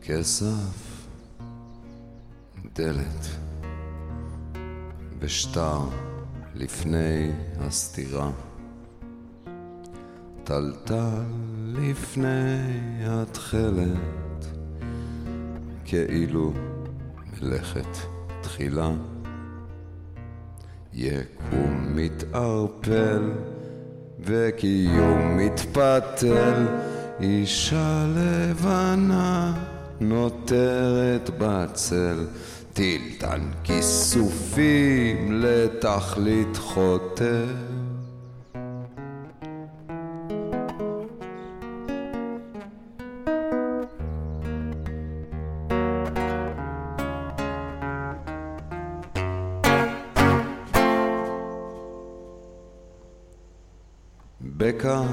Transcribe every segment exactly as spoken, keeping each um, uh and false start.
כסף, דלת, בשטר לפני הסתירה, טלטל לפני התחלת, כאילו מלאכת תחילה. יקום מתערפל וקיום מתפתל, אישה לבנה נותרת בצל, טילטן כיסופים לתכלית חותר. בקע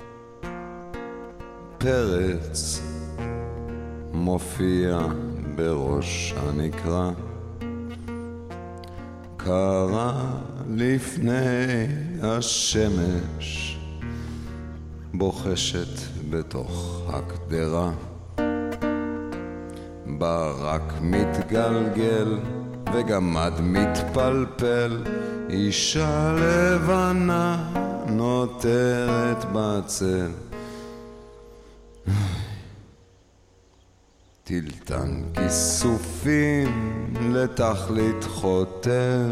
פרץ מופיע בראש הנקרה, קרה לפני השמש בוחשת בתוך הקדרה, ברק מתגלגל וגמד מתפלפל, אישה לבנה נותרת בצל, טילטן כיסופים לתכלית חותר.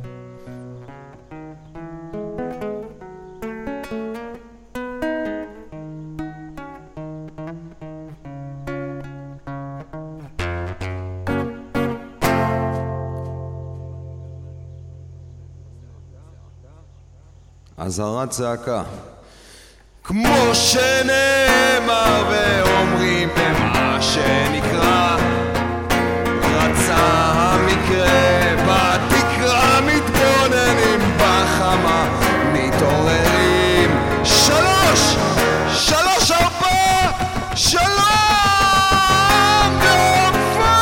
אזהרת צעקה, כמו שנאמר ואומרים במה שנקרא, רצה המקרה בתקרה, מתבוננים בחמה, מתעוררים, שלוש, שלוש ארבע, שלום גאפה,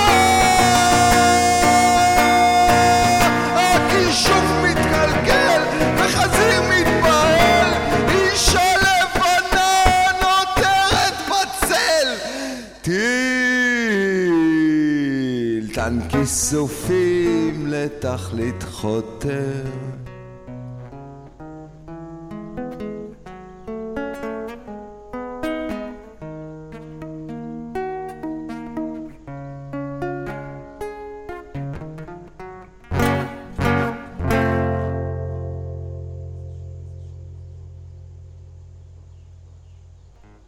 הכישוף מתגלגל וחזיר מתבהל, אישה לבנה נותרת בצל, טילטן כיסופים לתכלית חותר.